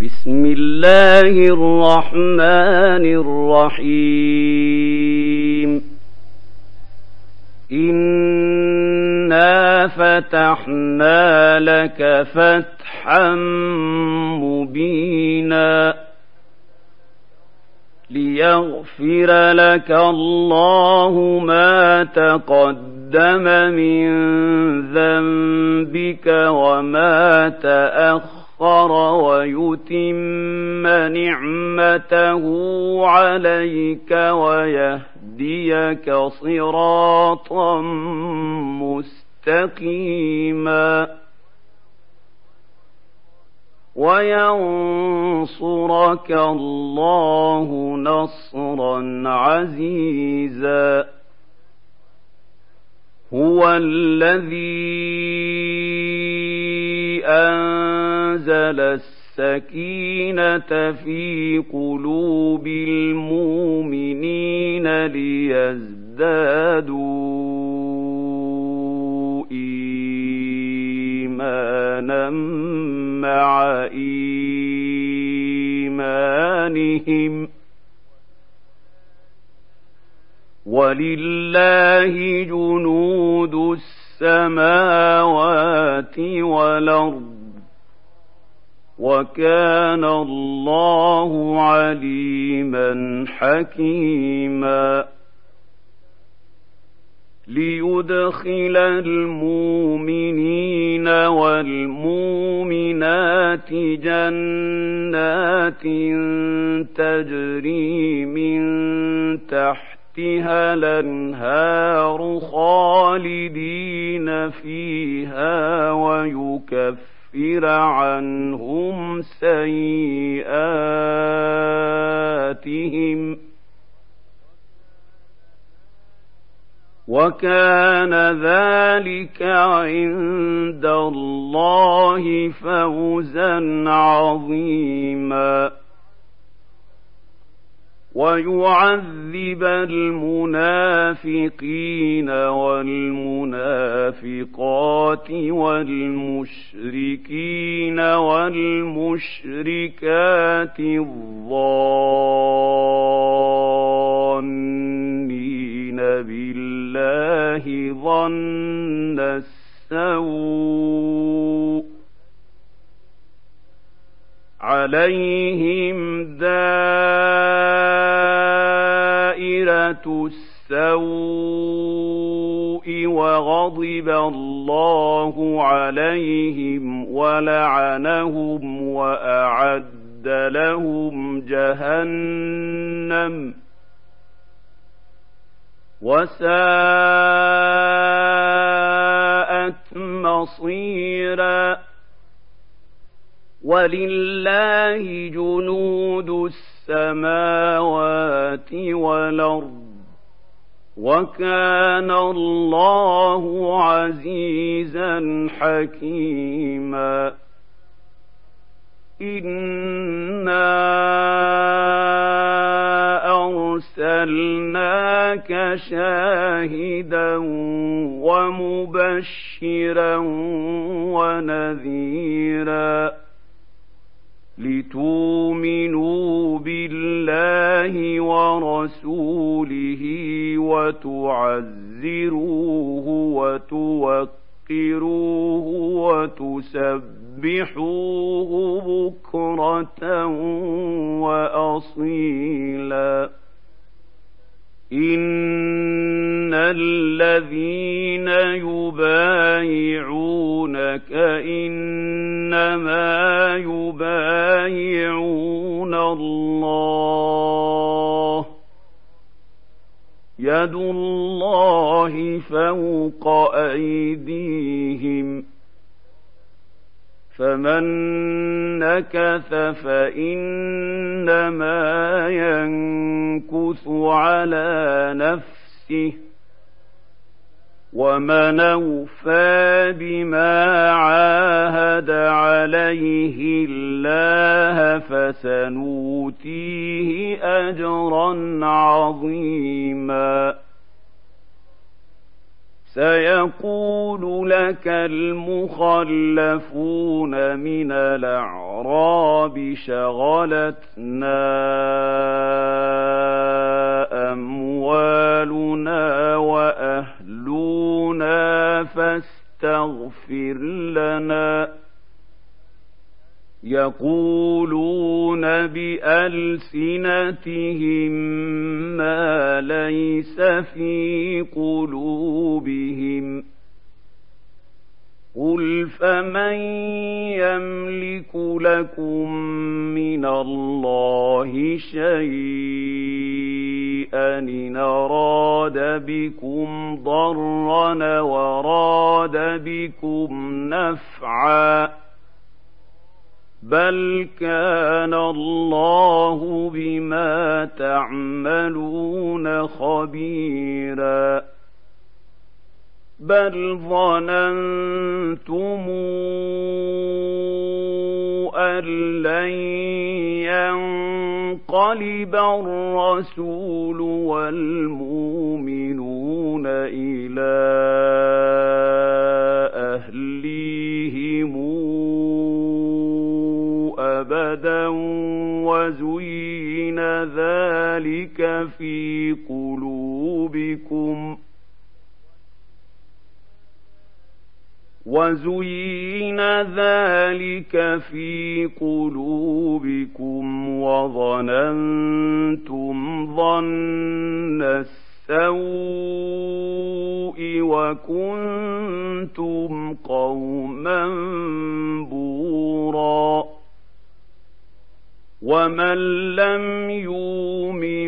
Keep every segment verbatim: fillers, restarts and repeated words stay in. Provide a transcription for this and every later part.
بسم الله الرحمن الرحيم إنا فتحنا لك فتحا مبينا ليغفر لك الله ما تقدم من ذنبك وما تأخر ويتم نعمته عليك ويهديك صراطا مستقيما وينصرك الله نصرا عزيزا هو الذي أنزل السكينة في قلوب المؤمنين ليزدادوا إيمانا مع إيمانهم ولله جنود السماوات والأرض وكان الله عليما حكيما ليدخل المؤمنين والمؤمنات جنات تجري من تحتها الأنهار خالدين فيها ويكفر عنهم سيئاتهم وكان ذلك عند الله فوزا عظيما ويعذب المنافقين والمنافقات والمشركين والمشركات الظانين بالله ظن السوء عليهم دائرة السوء وغضب الله عليهم ولعنهم وأعد لهم جهنم وساءت مصيرا ولله جنود السماوات والأرض وكان الله عزيزا حكيما إنا أرسلناك شاهدا ومبشرا ونذيرا لتؤمنوا بالله ورسوله وتعزروه وتوقروه وتسبحوه بكرة وأصيلا إن الذين يبايعونك إنما يبايعون الله يد الله فوق أيديهم فمن نكث فإنما ينكث على نفسه ومن أوفى بما عاهد عليه الله فسنؤتيه أجرا عظيما سيقول لك المخلفون من الأعراب شغلتنا أموالنا وأهلنا فاستغفر لنا يقولون بألسنتهم ما ليس في قلوبهم قل فمن يملك لكم من الله شيئا إن أراد بكم ضرا وراد بكم نفعا بل كان الله بما تعملون خبيرا بل ظننتم أن لن ينقلب الرسول والمؤمنون إلى أهليهم أبدا وزين ذلك في قلوبكم وزين ذلك في قلوبكم وظننتم ظن السوء وكنتم قوما بورا ومن لم يؤمن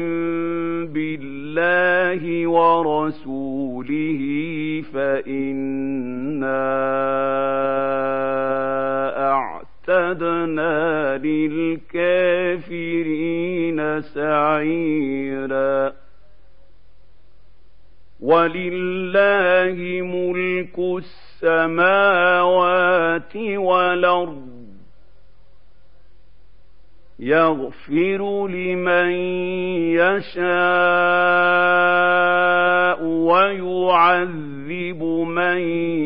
بالله ورسوله فإنا أعتدنا للكافرين سعيرا ولله ملك السماوات والأرض يغفر لمن يشاء ويعذب من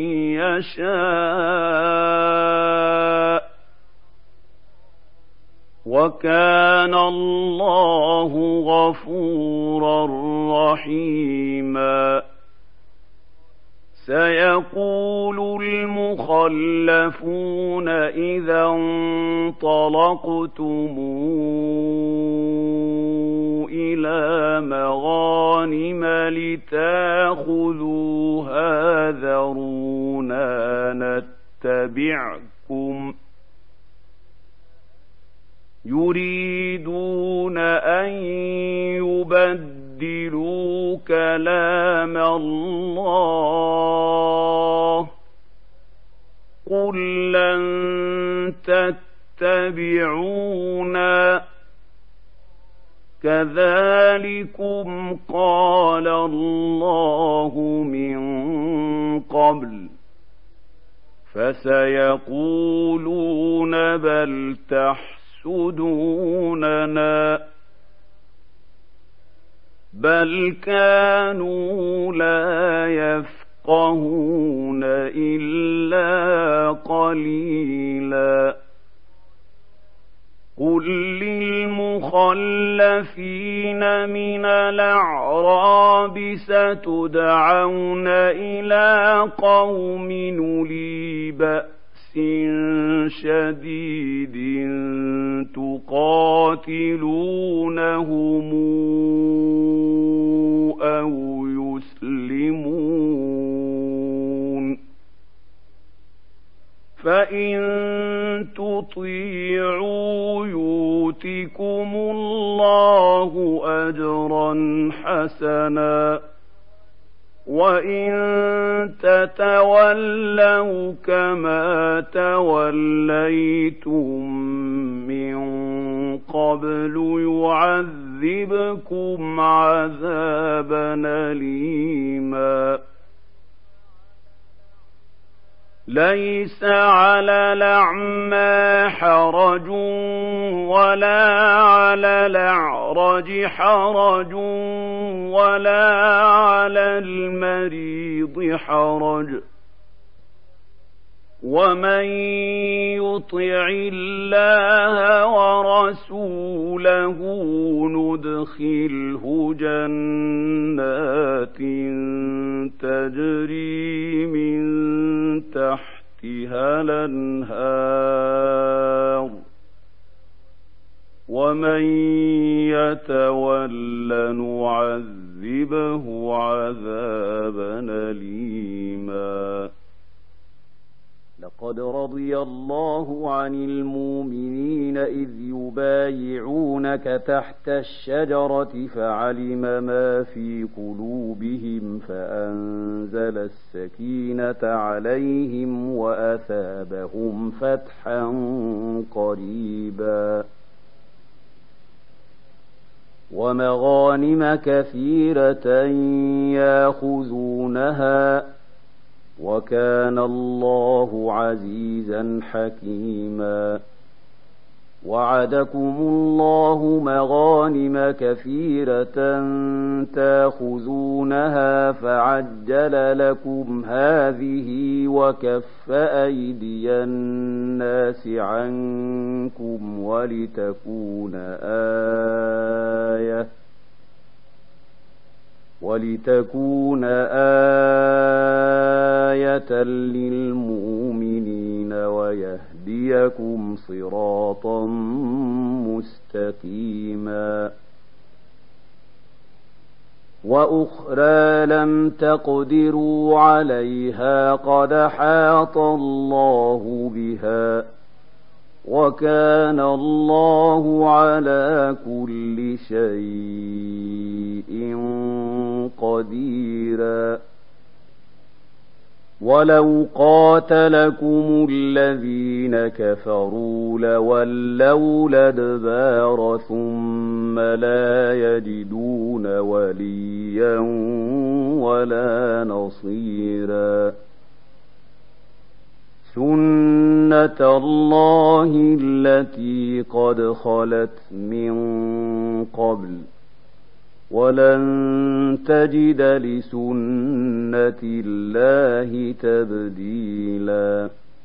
يشاء وكان الله غفورا رحيما سيقول المخلفون إذا انطلقتم إلى مغانم لتأخذوها ذرونا نتبعكم يريدون أن يبدلوا كلام الله قل لن تتبعونا كذلكم قال الله من قبل فسيقولون بل تحسدوننا بل كانوا لا يفقهون إلا قليلا قل للمخلفين من الأعراب ستدعون إلى قوم أولي بأس شديد تقاتلونهم أو يسلمون فإن تطيعوا يؤتكم الله أجرا حسنا وإن تتولوا كما توليتم من قبل يعذبكم عذابا أليما ليس على الأعمى حرج ولا على الأعرج حرج ولا على المريض حرج ومن يطع الله ورسوله ندخله جنات تجري من تحتها الأنهار ومن يتول نعذبه عذابا أليما. لقد رضي الله عن المؤمنين إذ يبايعونك تحت الشجرة فعلم ما في قلوبهم فأنزل السكينة عليهم وأثابهم فتحا قريبا ومغانم كثيرة ياخذونها وكان الله عزيزا حكيما. وعدكم الله مغانم كثيرة تاخذونها فعجل لكم هذه وكف أيدي الناس عنكم ولتكون آية ولتكون آية للمؤمنين ويهديكم صراطا مستقيما. وأخرى لم تقدروا عليها قد حاط الله بها وكان الله على كل شيء قديرا. ولو قاتلكم الذين كفروا لولوا الأدبار ثم لا يجدون وليا ولا نصيرا. سنة الله التي قد خلت من قبل ولن تجد لسنة الله تبديلا.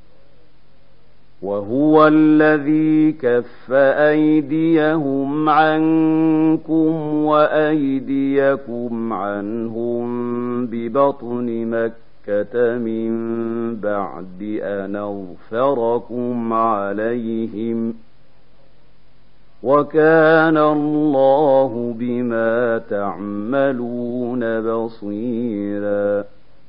وهو الذي كف أيديهم عنكم وأيديكم عنهم ببطن مكة من بعد أن أظفركم عليهم وكان الله بما تعملون بصيرا.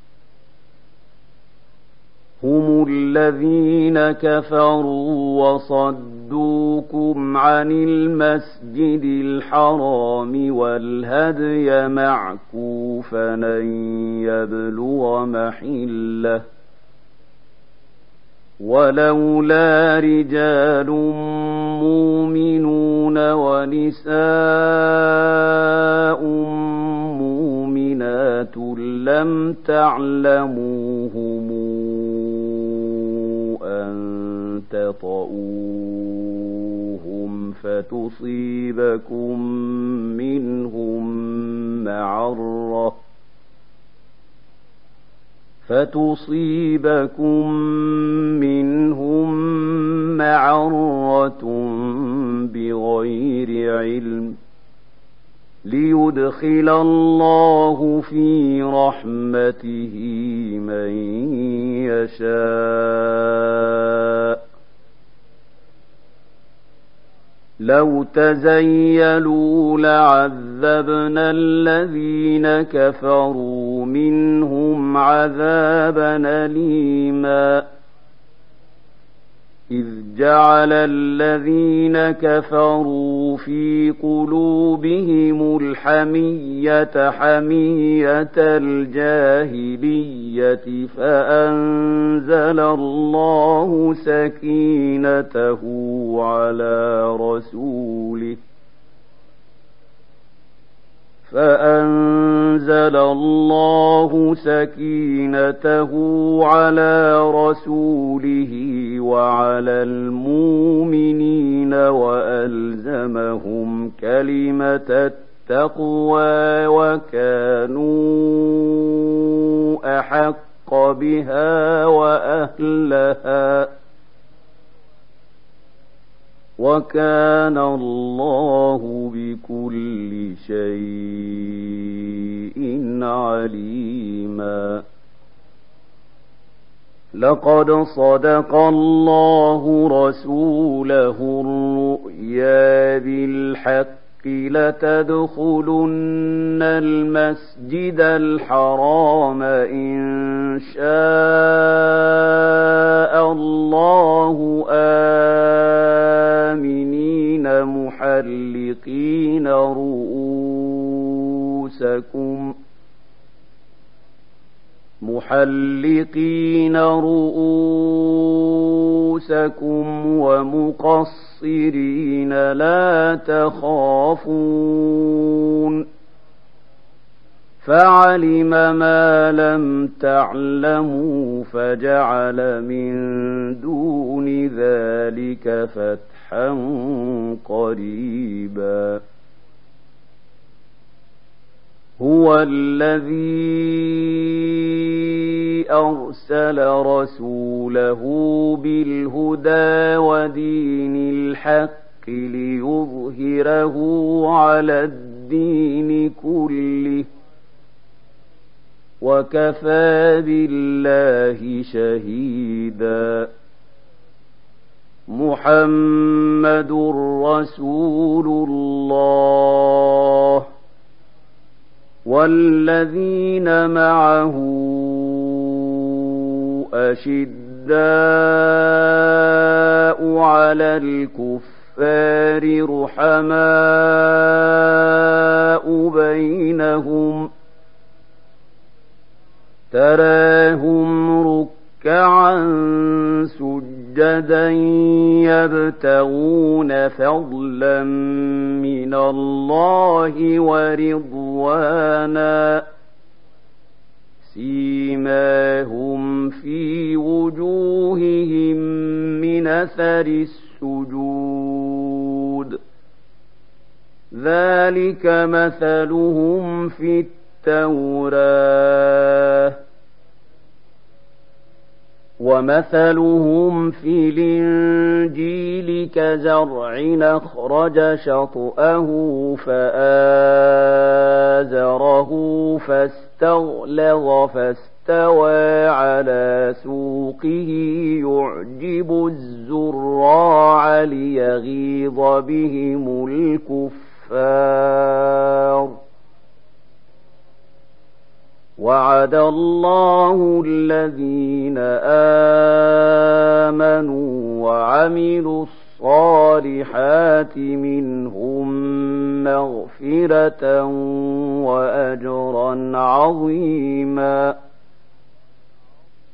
هم الذين كفروا وصدوكم عن المسجد الحرام والهدي معكوفا أن يبلغ محله ولولا رجال مؤمنون ونساء مؤمنات لم تعلموهم أن تطؤوهم فتصيبكم منهم معرة فتصيبكم منهم معرة بغير علم ليدخل الله في رحمته من يشاء. لو تزيلوا لعذبنا الذين كفروا منهم عذابا أليما. إذ جعل الذين كفروا في قلوبهم الحمية حمية الجاهلية فأنزل الله سكينته على رسوله فأنزل الله سكينته على رسوله وعلى المؤمنين وألزمهم كلمة التقوى وكانوا أحق بها وأهلها وكان الله بكل شيء عليما. لقد صدق الله رسوله الرؤيا بالحق لتدخلن المسجد الحرام إن شاء الله آمنين محلقين رؤوسكم محلقين رؤوسكم ومقصرين لا تخافون فعلم ما لم تعلموا فجعل من دون ذلك فتحا قريبا. هو الذي أرسل رسوله بالهدى ودين الحق ليظهره على الدين كله وكفى بالله شهيدا. محمد رسول الله والذين معه أشداء على الكفار رحماء بينهم تراهم ركعا سجدا يبتغون فضلا من الله ورضوانا سيماهم في وجوههم من أثر السجود ذلك مثلهم في التوراة ومثلهم في الإنجيل كزرع أخرج شطأه فآزره فاستغلظ فاستوى على سوقه يعجب الزراع ليغيظ بهم الكفار. وعد الله الذين آمنوا وعملوا الصالحات منهم مغفرة وأجرا عظيما.